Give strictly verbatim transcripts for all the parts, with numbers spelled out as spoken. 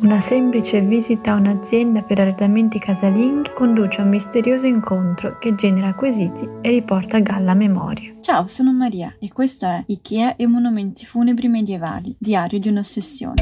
Una semplice visita a un'azienda per arredamenti casalinghi conduce a un misterioso incontro che genera quesiti e riporta a galla memorie. Ciao, sono Maria e questo è Ikea e monumenti funebri medievali, diario di un'ossessione.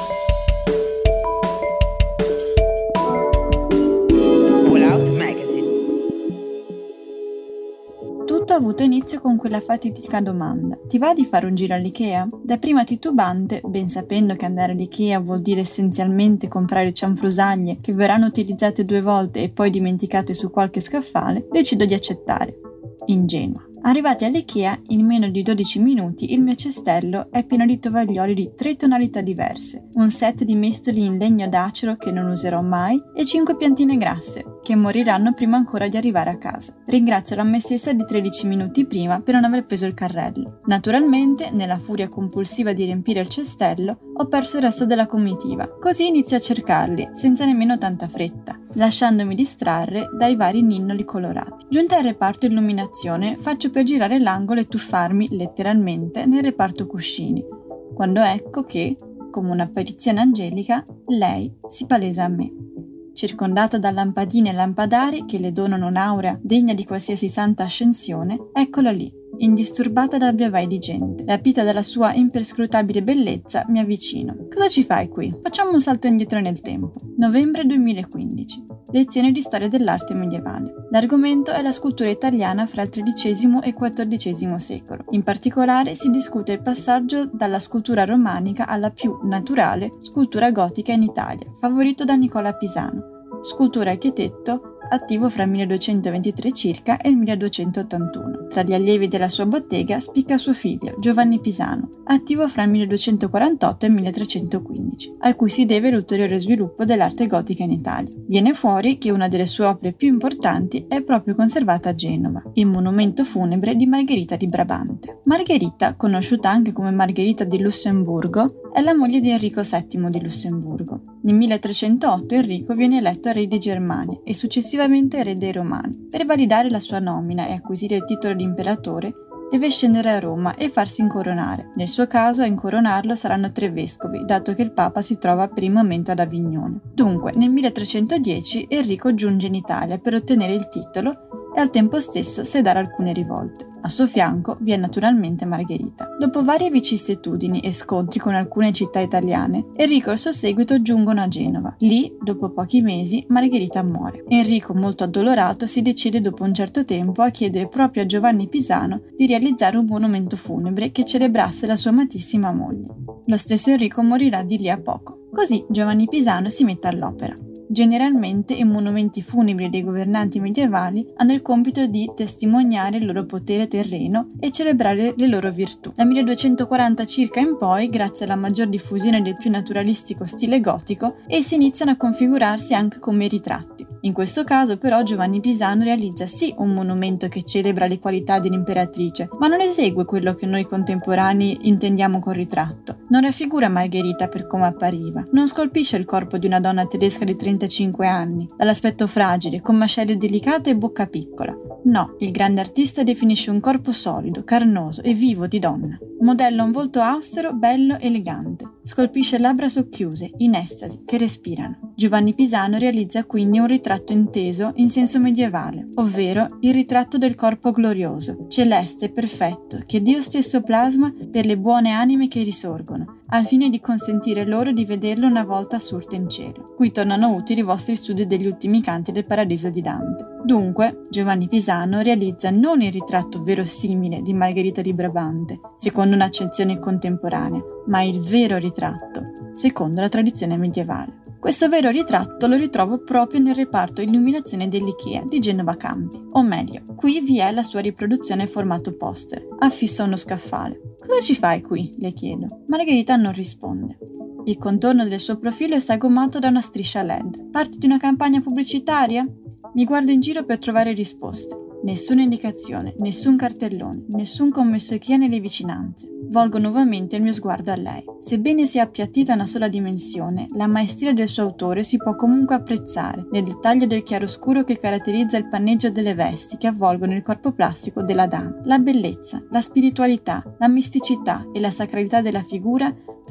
Tutto ha avuto inizio con quella fatidica domanda: ti va di fare un giro all'Ikea? Dapprima titubante, ben sapendo che andare all'Ikea vuol dire essenzialmente comprare cianfrusaglie che verranno utilizzate due volte e poi dimenticate su qualche scaffale, decido di accettare. Ingenua. Arrivati all'Ikea, in meno di dodici minuti il mio cestello è pieno di tovaglioli di tre tonalità diverse, un set di mestoli in legno d'acero che non userò mai e cinque piantine grasse, che moriranno prima ancora di arrivare a casa. Ringrazio la me stessa di tredici minuti prima per non aver preso il carrello. Naturalmente, nella furia compulsiva di riempire il cestello, ho perso il resto della comitiva, così inizio a cercarli, senza nemmeno tanta fretta, lasciandomi distrarre dai vari ninnoli colorati. Giunta al reparto illuminazione, faccio per girare l'angolo e tuffarmi, letteralmente, nel reparto cuscini, quando ecco che, come un'apparizione angelica, lei si palesa a me. Circondata da lampadine e lampadari che le donano un'aura degna di qualsiasi santa ascensione, eccola lì, indisturbata dal via vai di gente. Rapita dalla sua imperscrutabile bellezza, mi avvicino. Cosa ci fai qui? Facciamo un salto indietro nel tempo. Novembre duemilaquindici. Lezione di storia dell'arte medievale. L'argomento è la scultura italiana fra il tredicesimo e quattordicesimo secolo. In particolare si discute il passaggio dalla scultura romanica alla più naturale scultura gotica in Italia, favorito da Nicola Pisano, scultore architetto attivo fra il milleduecentoventitré circa e il milleduecentottantuno. Tra gli allievi della sua bottega spicca suo figlio, Giovanni Pisano, attivo fra il milleduecentoquarantotto e il milletrecentoquindici, a cui si deve l'ulteriore sviluppo dell'arte gotica in Italia. Viene fuori che una delle sue opere più importanti è proprio conservata a Genova, il monumento funebre di Margherita di Brabante. Margherita, conosciuta anche come Margherita di Lussemburgo, è la moglie di Enrico settimo di Lussemburgo. Nel milletrecentootto Enrico viene eletto re di Germania e successivamente re dei Romani. Per validare la sua nomina e acquisire il titolo di imperatore, deve scendere a Roma e farsi incoronare. Nel suo caso a incoronarlo saranno tre vescovi, dato che il Papa si trova per il momento ad Avignone. Dunque, nel milletrecentodieci Enrico giunge in Italia per ottenere il titolo e al tempo stesso sedare alcune rivolte. A suo fianco vi è naturalmente Margherita. Dopo varie vicissitudini e scontri con alcune città italiane, Enrico e il suo seguito giungono a Genova. Lì, dopo pochi mesi, Margherita muore. Enrico, molto addolorato, si decide dopo un certo tempo a chiedere proprio a Giovanni Pisano di realizzare un monumento funebre che celebrasse la sua amatissima moglie. Lo stesso Enrico morirà di lì a poco. Così Giovanni Pisano si mette all'opera. Generalmente i monumenti funebri dei governanti medievali hanno il compito di testimoniare il loro potere terreno e celebrare le loro virtù. Dal milleduecentoquaranta circa in poi, grazie alla maggior diffusione del più naturalistico stile gotico, essi iniziano a configurarsi anche come ritratti. In questo caso però Giovanni Pisano realizza sì un monumento che celebra le qualità dell'imperatrice, ma non esegue quello che noi contemporanei intendiamo col ritratto. Non raffigura Margherita per come appariva, non scolpisce il corpo di una donna tedesca di trentacinque anni, dall'aspetto fragile, con mascelle delicate e bocca piccola. No, il grande artista definisce un corpo solido, carnoso e vivo di donna. Modella un volto austero, bello, elegante. Scolpisce labbra socchiuse, in estasi, che respirano. Giovanni Pisano realizza quindi un ritratto inteso in senso medievale, ovvero il ritratto del corpo glorioso, celeste e perfetto, che Dio stesso plasma per le buone anime che risorgono, al fine di consentire loro di vederlo una volta assurte in cielo. Qui tornano utili i vostri studi degli ultimi canti del Paradiso di Dante. Dunque, Giovanni Pisano realizza non il ritratto verosimile di Margherita di Brabante, secondo un'accezione contemporanea, ma il vero ritratto, secondo la tradizione medievale. Questo vero ritratto lo ritrovo proprio nel reparto illuminazione dell'Ikea di Genova Campi, o meglio, qui vi è la sua riproduzione formato poster, affissa a uno scaffale. Cosa ci fai qui? Le chiedo. Margherita non risponde. Il contorno del suo profilo è sagomato da una striscia L E D. Parte di una campagna pubblicitaria? Mi guardo in giro per trovare risposte. Nessuna indicazione, nessun cartellone, nessun commesso Ikea nelle vicinanze. Volgo nuovamente il mio sguardo a lei. Sebbene sia appiattita a una sola dimensione, la maestria del suo autore si può comunque apprezzare nel dettaglio del chiaroscuro che caratterizza il panneggio delle vesti che avvolgono il corpo plastico della dama. La bellezza, la spiritualità, la misticità e la sacralità della figura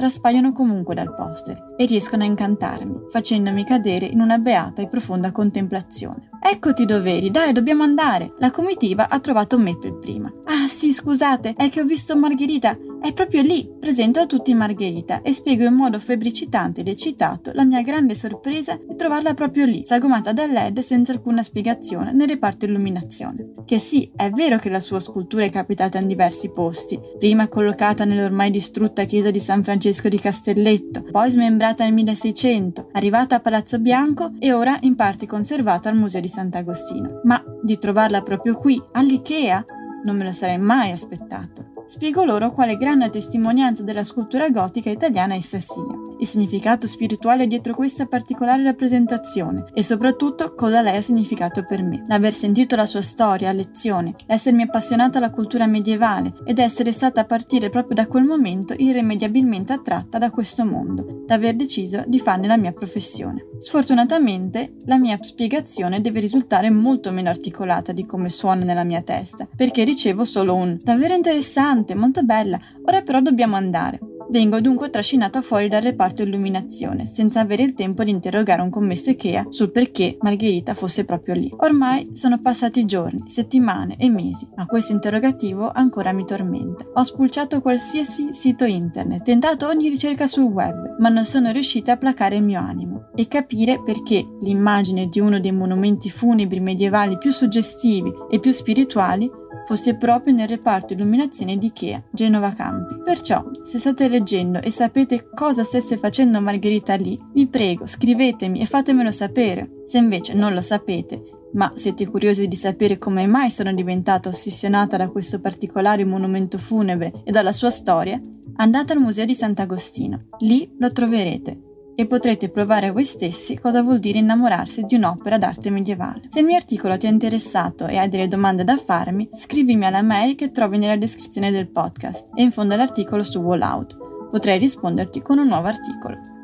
traspaiono comunque dal poster e riescono a incantarmi, facendomi cadere in una beata e profonda contemplazione. Eccoti dov'eri, dai, dobbiamo andare! La comitiva ha trovato me per prima. Ah sì, scusate, è che ho visto Margherita, è proprio lì! Presento a tutti Margherita e spiego in modo febbricitante ed eccitato la mia grande sorpresa di trovarla proprio lì, sagomata dal L E D senza alcuna spiegazione nel reparto illuminazione. Che sì, è vero che la sua scultura è capitata in diversi posti, prima collocata nell'ormai distrutta chiesa di San Francesco di Castelletto, poi smembrata nel milleseicento, arrivata a Palazzo Bianco e ora in parte conservata al Museo di Sant'Agostino. Ma di trovarla proprio qui, all'Ikea, non me lo sarei mai aspettato. Spiego loro quale grande testimonianza della scultura gotica italiana essa sia, il significato spirituale dietro questa particolare rappresentazione e soprattutto cosa lei ha significato per me. L'aver sentito la sua storia a lezione, l'essermi appassionata alla cultura medievale ed essere stata a partire proprio da quel momento irrimediabilmente attratta da questo mondo, da aver deciso di farne la mia professione. Sfortunatamente, la mia spiegazione deve risultare molto meno articolata di come suona nella mia testa, perché ricevo solo un davvero interessante, molto bella, ora però dobbiamo andare. Vengo dunque trascinata fuori dal reparto illuminazione, senza avere il tempo di interrogare un commesso Ikea sul perché Margherita fosse proprio lì. Ormai sono passati giorni, settimane e mesi, ma questo interrogativo ancora mi tormenta. Ho spulciato qualsiasi sito internet, tentato ogni ricerca sul web, ma non sono riuscita a placare il mio animo e capire perché l'immagine di uno dei monumenti funebri medievali più suggestivi e più spirituali fosse proprio nel reparto illuminazione di Ikea, Genova Campi. Perciò, se state leggendo e sapete cosa stesse facendo Margherita lì, vi prego, scrivetemi e fatemelo sapere. Se invece non lo sapete, ma siete curiosi di sapere come mai sono diventata ossessionata da questo particolare monumento funebre e dalla sua storia, andate al Museo di Sant'Agostino. Lì lo troverete e potrete provare a voi stessi cosa vuol dire innamorarsi di un'opera d'arte medievale. Se il mio articolo ti è interessato e hai delle domande da farmi, scrivimi alla mail che trovi nella descrizione del podcast e in fondo all'articolo su Wallout. Potrei risponderti con un nuovo articolo.